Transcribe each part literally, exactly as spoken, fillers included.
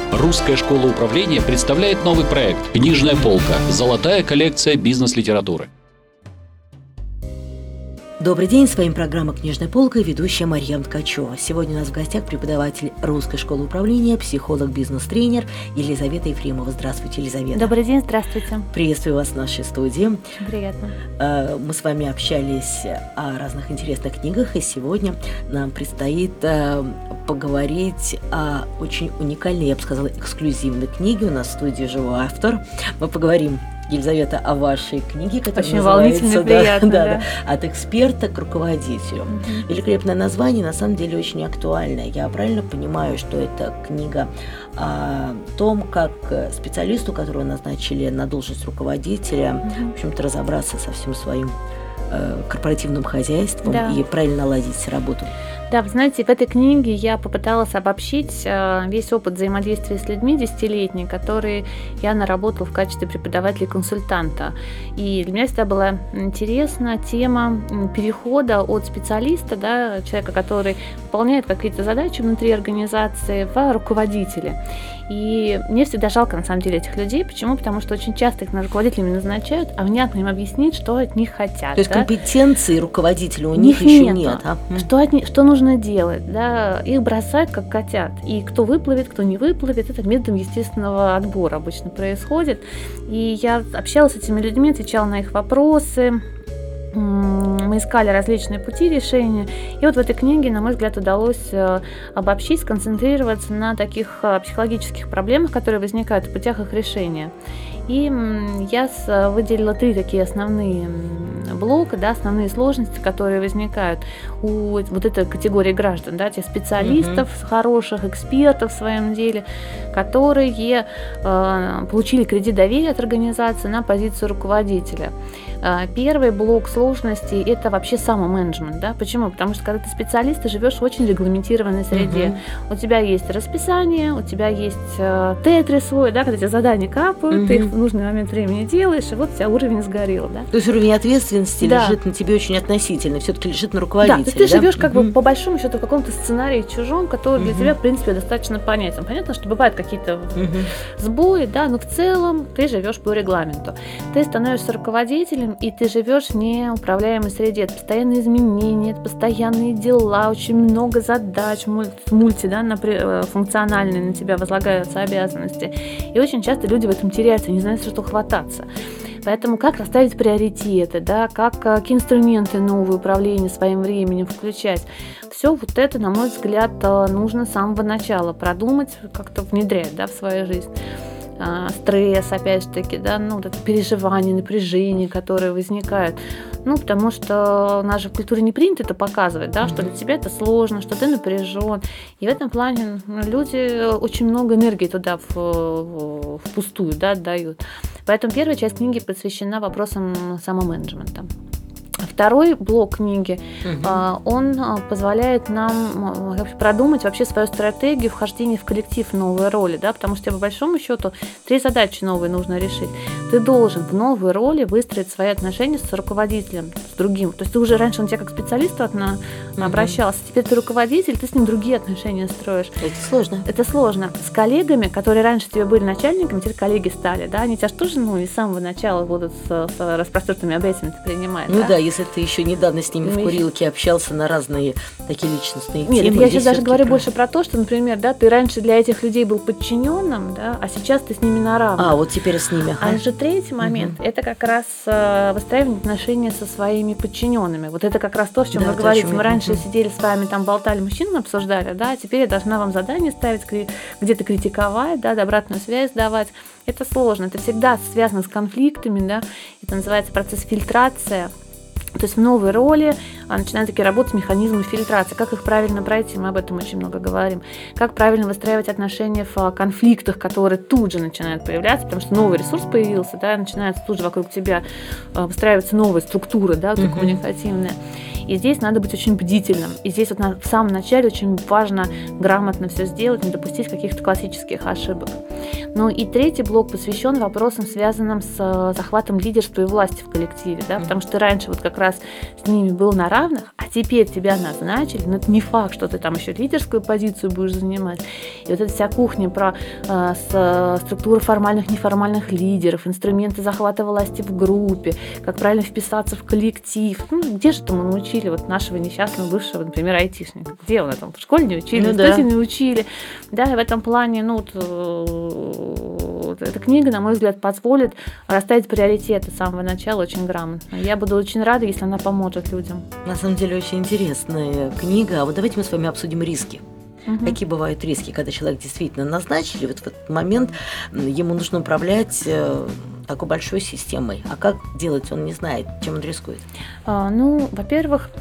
Русская школа управления представляет новый проект «Книжная полка. Золотая коллекция бизнес-литературы». Добрый день, с вами программа «Книжная полка» и ведущая Марьям Ткачева. Сегодня у нас в гостях преподаватель Русской школы управления, психолог, бизнес-тренер Елизавета Ефремова. Здравствуйте, Елизавета. Добрый день, здравствуйте. Приветствую вас в нашей студии. Очень приятно. Мы с вами общались о разных интересных книгах, и сегодня нам предстоит поговорить о очень уникальной, я бы сказала, эксклюзивной книге. У нас в студии живой автор. Мы поговорим, Елизавета, о вашей книге, которая очень называется волнительно, приятно, да, да. Да, «От эксперта к руководителю». Mm-hmm. Великолепное название, на самом деле очень актуальное. Я правильно понимаю, что это книга о том, как специалисту, которого назначили на должность руководителя, mm-hmm. в общем-то, разобраться со всем своим э, корпоративным хозяйством, да, и правильно наладить работу. Да, вы знаете, в этой книге я попыталась обобщить весь опыт взаимодействия с людьми десятилетний, который я наработала в качестве преподавателя и консультанта. И для меня всегда была интересна тема перехода от специалиста, да, человека, который выполняет какие-то задачи внутри организации, в руководителя. И мне всегда жалко, на самом деле, этих людей. Почему? Потому что очень часто их на руководителями назначают, а внятно им объяснить, что от них хотят. То есть, да, компетенции руководителя у, у них, них еще нет. нет. А? Что, от них, что нужно делать? Да? Их бросают, как котят. И кто выплывет, кто не выплывет, это методом естественного отбора обычно происходит. И я общалась с этими людьми, отвечала на их вопросы. Мы искали различные пути решения. И вот в этой книге, на мой взгляд, удалось обобщить, сконцентрироваться на таких психологических проблемах, которые возникают в путях их решения. И я выделила три такие основные блока, да, основные сложности, которые возникают у вот этой категории граждан, да, тех специалистов, uh-huh. хороших экспертов в своем деле, которые э, получили кредит доверия от организации на позицию руководителя. Э, первый блок сложностей – это вообще самоменеджмент. Да? Почему? Потому что когда ты специалист, ты живешь в очень регламентированной среде. Uh-huh. У тебя есть расписание, у тебя есть э, тетрис свой, да, когда тебе задания капают, uh-huh. ты их в нужный момент времени делаешь, и вот у тебя уровень сгорел. Да? То есть уровень ответственности, да, лежит на тебе очень относительно, все-таки лежит на руководителе. Да, то есть ты да? живешь как uh-huh. бы по большому счету в каком-то сценарии чужом, который uh-huh. для тебя, в принципе, достаточно понятен. Понятно, что бывают какие-то uh-huh. сбои, да, но в целом ты живешь по регламенту. Ты становишься руководителем, и ты живешь в неуправляемой среде. Это постоянные изменения, это постоянные дела, очень много задач, мульти, да, функциональные на тебя возлагаются обязанности. И очень часто люди в этом теряются, не знают, за что хвататься. Поэтому как расставить приоритеты, да, как, какие инструменты новые управления своим временем включать. Все вот это, на мой взгляд, нужно с самого начала продумать, как-то внедрять, да, в свою жизнь. Стресс, опять же таки, да, ну, вот это переживание, напряжение, которые возникают. Ну, потому что у нас же в культуре не принято это показывать, да, mm-hmm. что для тебя это сложно, что ты напряжен. И в этом плане люди очень много энергии туда в, в, впустую, да, отдают. Поэтому первая часть книги посвящена вопросам самоменеджмента. Второй блок книги, uh-huh. он позволяет нам продумать вообще свою стратегию вхождения в коллектив в новые роли, да, потому что тебе, по большому счету, три задачи новые нужно решить. Ты должен в новой роли выстроить свои отношения с руководителем, с другим. То есть ты уже раньше он тебя как специалист uh-huh. обращался, теперь ты руководитель, ты с ним другие отношения строишь. Это сложно. Это сложно. С коллегами, которые раньше тебе были начальниками, теперь коллеги стали, да, они тебя же тоже, ну, не с самого начала будут с, с распростертыми объятиями принимать. Ну да, да, если ты еще недавно с ними в курилке общался на разные такие личностные Нет, темы. Нет, я сейчас даже говорю про... больше про то, что, например, да, ты раньше для этих людей был подчиненным, да, а сейчас ты с ними на равных. А, вот теперь с ними. А же третий момент, угу. это как раз выстраивание отношений со своими подчиненными. Вот это как раз то, о чем да, вы говорите. Мы раньше угу. сидели с вами, там болтали, мужчин обсуждали, да, а теперь я должна вам задание ставить, где-то критиковать, да, обратную связь давать. Это сложно, это всегда связано с конфликтами, да, это называется процесс фильтрации. То есть в новой роли начинают такие работать механизмы фильтрации. Как их правильно пройти, мы об этом очень много говорим. Как правильно выстраивать отношения в конфликтах, которые тут же начинают появляться, потому что новый ресурс появился, да, начинается тут же вокруг тебя выстраиваться новые структуры, да, вот, uh-huh. коммуникативные. И здесь надо быть очень бдительным. И здесь вот на, в самом начале очень важно грамотно все сделать, не допустить каких-то классических ошибок. Ну и третий блок посвящен вопросам, связанным с э, захватом лидерства и власти в коллективе, да, потому что раньше вот как раз с ними был на равных, а теперь тебя назначили, но это не факт, что ты там еще лидерскую позицию будешь занимать. И вот эта вся кухня про э, с, э, структуру формальных, неформальных лидеров, инструменты захвата власти в группе, как правильно вписаться в коллектив. Ну, где же мы научили вот нашего несчастного бывшего, например, айтишника? Где он это? В школе не учили, ну, в институте да. не учили. Да, и в этом плане, ну, вот, эта книга, на мой взгляд, позволит расставить приоритеты с самого начала очень грамотно. Я буду очень рада, если она поможет людям. На самом деле очень интересная книга. А вот давайте мы с вами обсудим риски. Угу. Какие бывают риски, когда человек действительно назначили, вот в этот момент ему нужно управлять такой большой системой. А как делать, он не знает, чем он рискует. А, ну, во-первых,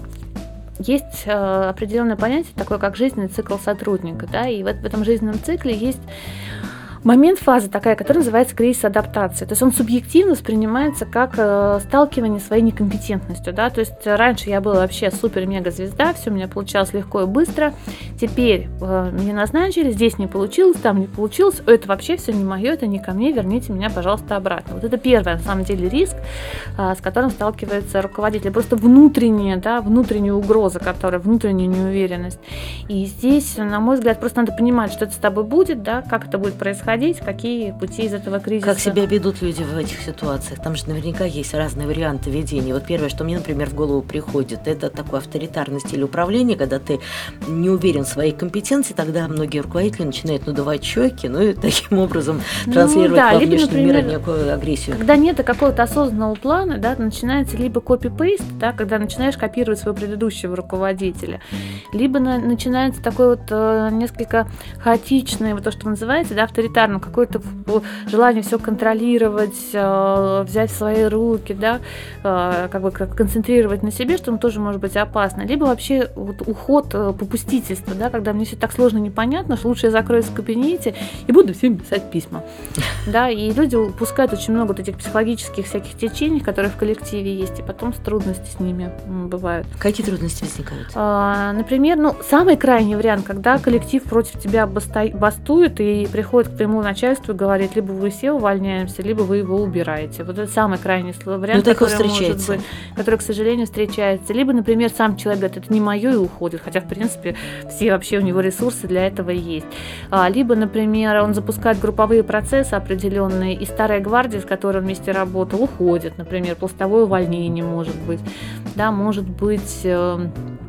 есть э, определенное понятие, такое как жизненный цикл сотрудника, да, и в, в этом жизненном цикле есть момент, фаза такая, которая называется кризис адаптации. То есть он субъективно воспринимается как э, сталкивание с своей некомпетентностью. Да? То есть раньше я была вообще супер-мега-звезда, все у меня получалось легко и быстро. Теперь э, меня назначили, здесь не получилось, там не получилось. Это вообще все не мое, это не ко мне, верните меня, пожалуйста, обратно. Вот это первый, на самом деле, риск, э, с которым сталкивается руководитель. Просто внутренняя, да, внутренняя угроза, которая, внутренняя неуверенность. И здесь, на мой взгляд, просто надо понимать, что это с тобой будет, да, как это будет происходить, какие пути из этого кризиса. Как себя ведут люди в этих ситуациях? Там же наверняка есть разные варианты ведения. Вот первое, что мне, например, в голову приходит, это такой авторитарный стиль управления, когда ты не уверен в своей компетенции, тогда многие руководители начинают надувать щеки, ну и таким образом транслировать ну, да, во либо, внешний например, мир некую агрессию. Когда нет какого-то осознанного плана, да, начинается либо копи-пейст, да, когда начинаешь копировать своего предыдущего руководителя, либо на, начинается такое вот э, несколько хаотичное, вот то, что называется, да, авторитарное, какое-то желание все контролировать, э, взять в свои руки, да, э, как бы как концентрировать на себе, что он тоже может быть опасно. Либо вообще вот уход, э, попустительство, да, когда мне все так сложно, непонятно, что лучше я закроюсь в кабинете и буду всем писать письма. Да, и люди упускают очень много вот этих психологических всяких течений, которые в коллективе есть, и потом трудности с ними м, бывают. Какие трудности возникают? А, например, ну, самый крайний вариант, когда коллектив против тебя баста- бастует и приходит к твоему начальству и говорит, либо вы все увольняемся, либо вы его убираете. Вот это самый крайний вариант, ну, который может быть, который, к сожалению, встречается. Либо, например, сам человек говорит, это не мое, и уходит, хотя, в принципе, все вообще у него ресурсы для этого есть. А, либо, например, он запускает групповые процессы определенные, и старая гвардия, с которой он вместе работал, уходит, например, пластовое увольнение может быть, да, может быть э,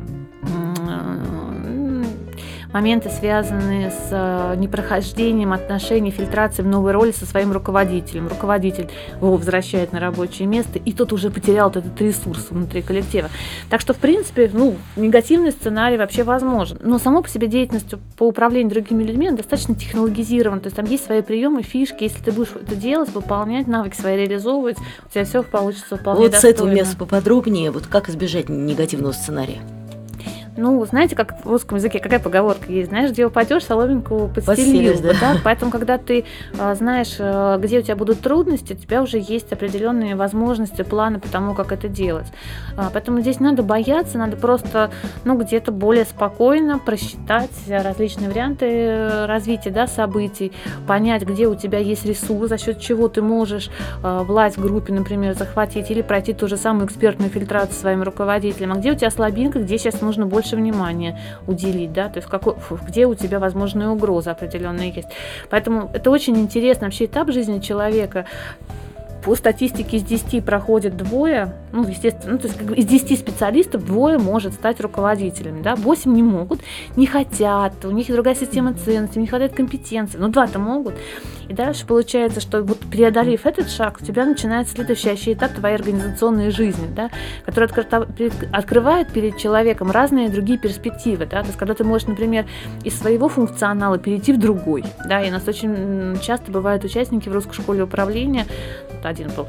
моменты, связанные с непрохождением отношений, фильтрацией в новой роли со своим руководителем. Руководитель его возвращает на рабочее место, и тот уже потерял вот этот ресурс внутри коллектива. Так что, в принципе, ну, негативный сценарий вообще возможен. Но само по себе деятельность по управлению другими людьми достаточно технологизирована. То есть там есть свои приемы, фишки. Если ты будешь это делать, выполнять, навыки свои реализовывать, у тебя все получится вполне вот достойно. Вот с этого места поподробнее, вот как избежать негативного сценария? Ну, знаете, как в русском языке, какая поговорка есть, знаешь, где упадешь, соломинку подстелил, да. да? Поэтому, когда ты а, знаешь, а, где у тебя будут трудности, у тебя уже есть определенные возможности, планы по тому, как это делать. А, поэтому здесь надо бояться, надо просто, ну, где-то более спокойно просчитать различные варианты развития, да, событий, понять, где у тебя есть ресурс, за счет чего ты можешь а, власть в группе, например, захватить или пройти ту же самую экспертную фильтрацию своим руководителем, а где у тебя слабинка, где сейчас нужно больше больше внимания уделить, да, то есть какой, где у тебя возможные угрозы определенные есть. Поэтому это очень интересный вообще этап жизни человека. По статистике из десяти проходит двое, ну, естественно, ну, то есть как бы из десяти специалистов двое может стать руководителями, да, восемь не могут, не хотят, у них другая система ценностей, не хватает компетенции, но два-то могут. И дальше получается, что вот преодолев этот шаг, у тебя начинается следующий этап твоей организационной жизни, да, который открывает перед человеком разные другие перспективы, да, то есть когда ты можешь, например, из своего функционала перейти в другой, да, и у нас очень часто бывают участники в русской школе управления, вот один был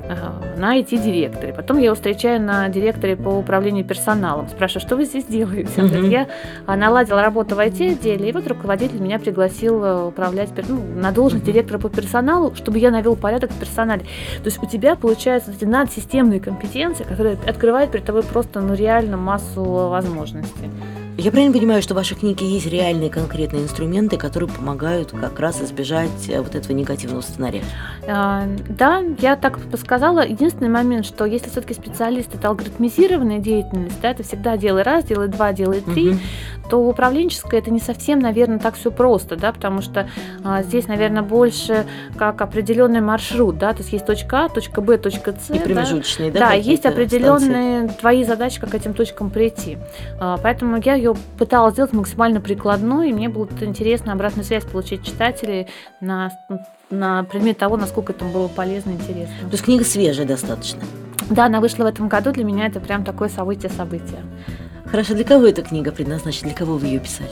на ай ти-директоре. Потом я его встречаю на директоре по управлению персоналом. Спрашиваю, что вы здесь делаете? Он говорит, я наладила работу в ай ти-отделе, и вот руководитель меня пригласил управлять ну, на должность директора по персоналу, чтобы я навел порядок в персонале. То есть у тебя получаются эти надсистемные компетенции, которые открывают перед тобой просто ну, реально массу возможностей. Я правильно понимаю, что в вашей книге есть реальные конкретные инструменты, которые помогают как раз избежать вот этого негативного сценария? А, да, я так бы сказала. Единственный момент, что если все-таки специалист – это алгоритмизированная деятельность, да, это всегда делай раз, делай два, делай три, угу. то управленческое это не совсем, наверное, так все просто, да, потому что а, здесь, наверное, больше как определенный маршрут, да, то есть есть точка А, точка Б, точка С. И промежуточные, да? Да, да есть определенные станции. Твои задачи, как к этим точкам прийти. А, поэтому я ее пыталась сделать максимально прикладной, и мне было интересно обратную связь получить читателей на, на предмет того, насколько это было полезно и интересно. То есть книга свежая достаточно? Да, она вышла в этом году, для меня это прям такое событие-событие. Хорошо, для кого эта книга предназначена, для кого вы ее писали?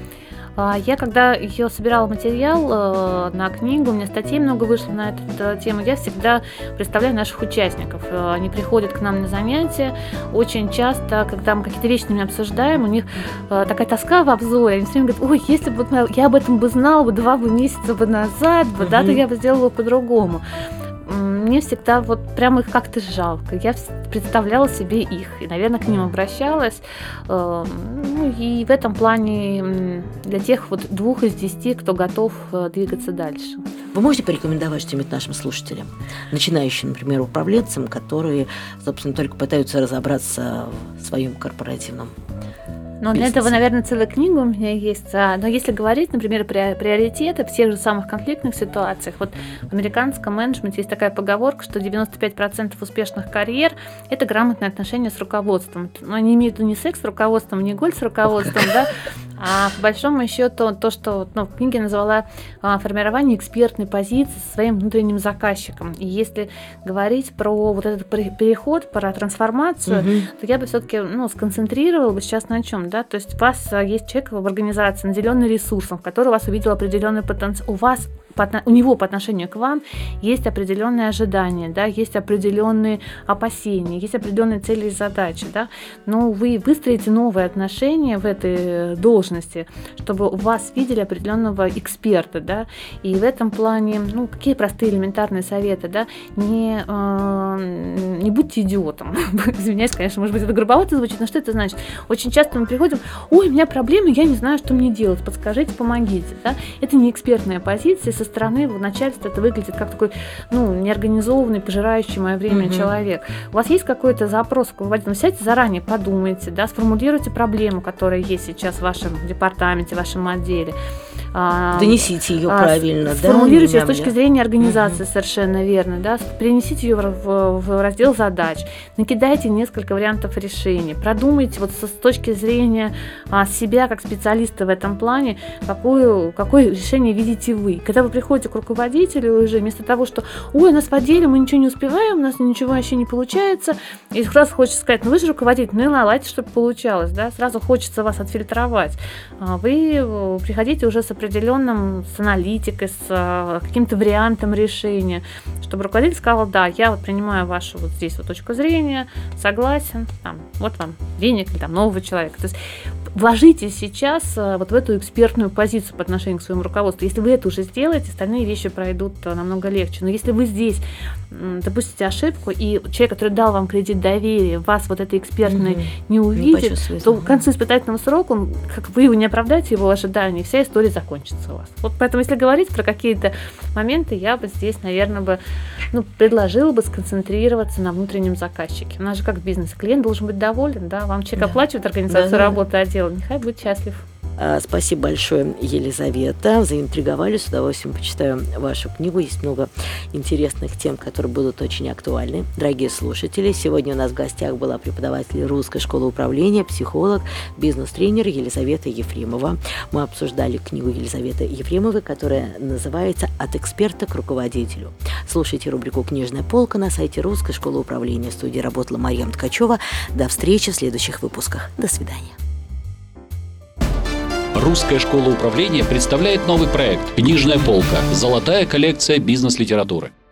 Я, когда ее собирала материал на книгу, у меня статей много вышло на эту тему, я всегда представляю наших участников. Они приходят к нам на занятия. Очень часто, когда мы какие-то вещи с ними обсуждаем, у них такая тоска в обзоре. Они все время говорят, ой, если бы я об этом бы знала бы два бы месяца бы назад, бы, да, то я бы сделала по-другому. Мне всегда вот прямо их как-то жалко. Я представляла себе их и, наверное, к ним обращалась. Ну, и в этом плане для тех вот двух из десяти, кто готов двигаться дальше. Вы можете порекомендовать что-нибудь нашим слушателям, начинающим, например, управленцам, которые, собственно, только пытаются разобраться в своем корпоративном Но для этого, наверное, целая книга у меня есть. Но если говорить, например, про приоритеты в тех же самых конфликтных ситуациях, вот в американском менеджменте есть такая поговорка, что девяносто пять процентов успешных карьер – это грамотное отношение с руководством. Но они имеют в виду не секс с руководством, не голь с руководством, да, а по большому счету то, что ну, в книге назвала формирование экспертной позиции со своим внутренним заказчиком. И если говорить про вот этот переход, про трансформацию, угу. то я бы все-таки ну, сконцентрировала бы сейчас на чем? Да? То есть у вас есть человек в организации, наделенный ресурсом, который у вас увидел определенный потенциал. У вас у него по отношению к вам есть определенные ожидания, да, есть определенные опасения, есть определенные цели и задачи, да, но вы выстроите новые отношения в этой должности, чтобы у вас видели определенного эксперта, да, и в этом плане, ну, какие простые элементарные советы, да, не, э, не будьте идиотом, извиняюсь, конечно, может быть, это грубовато звучит, но что это значит? Очень часто мы приходим, ой, у меня проблемы, я не знаю, что мне делать, подскажите, помогите, да, это не экспертная позиция, со стороны начальства это выглядит как такой, ну, неорганизованный, пожирающий мое время mm-hmm. человек. У вас есть какой-то запрос к руководителю? Сядьте заранее, подумайте, да, сформулируйте проблему, которая есть сейчас в вашем департаменте, в вашем отделе. Донесите ее а, правильно, да? Сформулируйте ее с точки зрения организации, mm-hmm. совершенно верно, да, перенесите ее в, в, в раздел задач, накидайте несколько вариантов решений, продумайте вот с, с точки зрения а, себя как специалиста в этом плане, какую, какое решение видите вы. Когда вы приходите к руководителю уже, вместо того, что ой, у нас в отделе мы ничего не успеваем, у нас ничего вообще не получается, и сразу хочется сказать, ну вы же руководитель, ну и наладьте, чтобы получалось, да, сразу хочется вас отфильтровать. Вы приходите уже с определенным, с аналитикой, с каким-то вариантом решения, чтобы руководитель сказал, да, я вот принимаю вашу вот здесь вот точку зрения, согласен, там, вот вам денег или там нового человека. То есть вложитесь сейчас вот в эту экспертную позицию по отношению к своему руководству. Если вы это уже сделаете, остальные вещи пройдут намного легче. Но если вы здесь допустите ошибку, и человек, который дал вам кредит доверия, вас вот этой экспертной mm-hmm. не увидит, не то к концу испытательного срока, как вы не оправдаете его ожидания, вся история закончится у вас. Вот поэтому, если говорить про какие-то моменты, я бы здесь, наверное, бы, ну, предложила бы сконцентрироваться на внутреннем заказчике. У нас же как бизнес, клиент должен быть доволен, да, вам человек да. оплачивает организацию да, работы отдела, нехай будет счастлив. Спасибо большое, Елизавета. Заинтриговали, с удовольствием почитаю вашу книгу. Есть много интересных тем, которые будут очень актуальны. Дорогие слушатели, сегодня у нас в гостях была преподаватель Русской школы управления, психолог, бизнес-тренер Елизавета Ефремова. Мы обсуждали книгу Елизаветы Ефремовой, которая называется «От эксперта к руководителю». Слушайте рубрику «Книжная полка» на сайте Русской школы управления. В студии работала Марьям Ткачева. До встречи в следующих выпусках. До свидания. Русская школа управления представляет новый проект «Книжная полка. Золотая коллекция бизнес-литературы».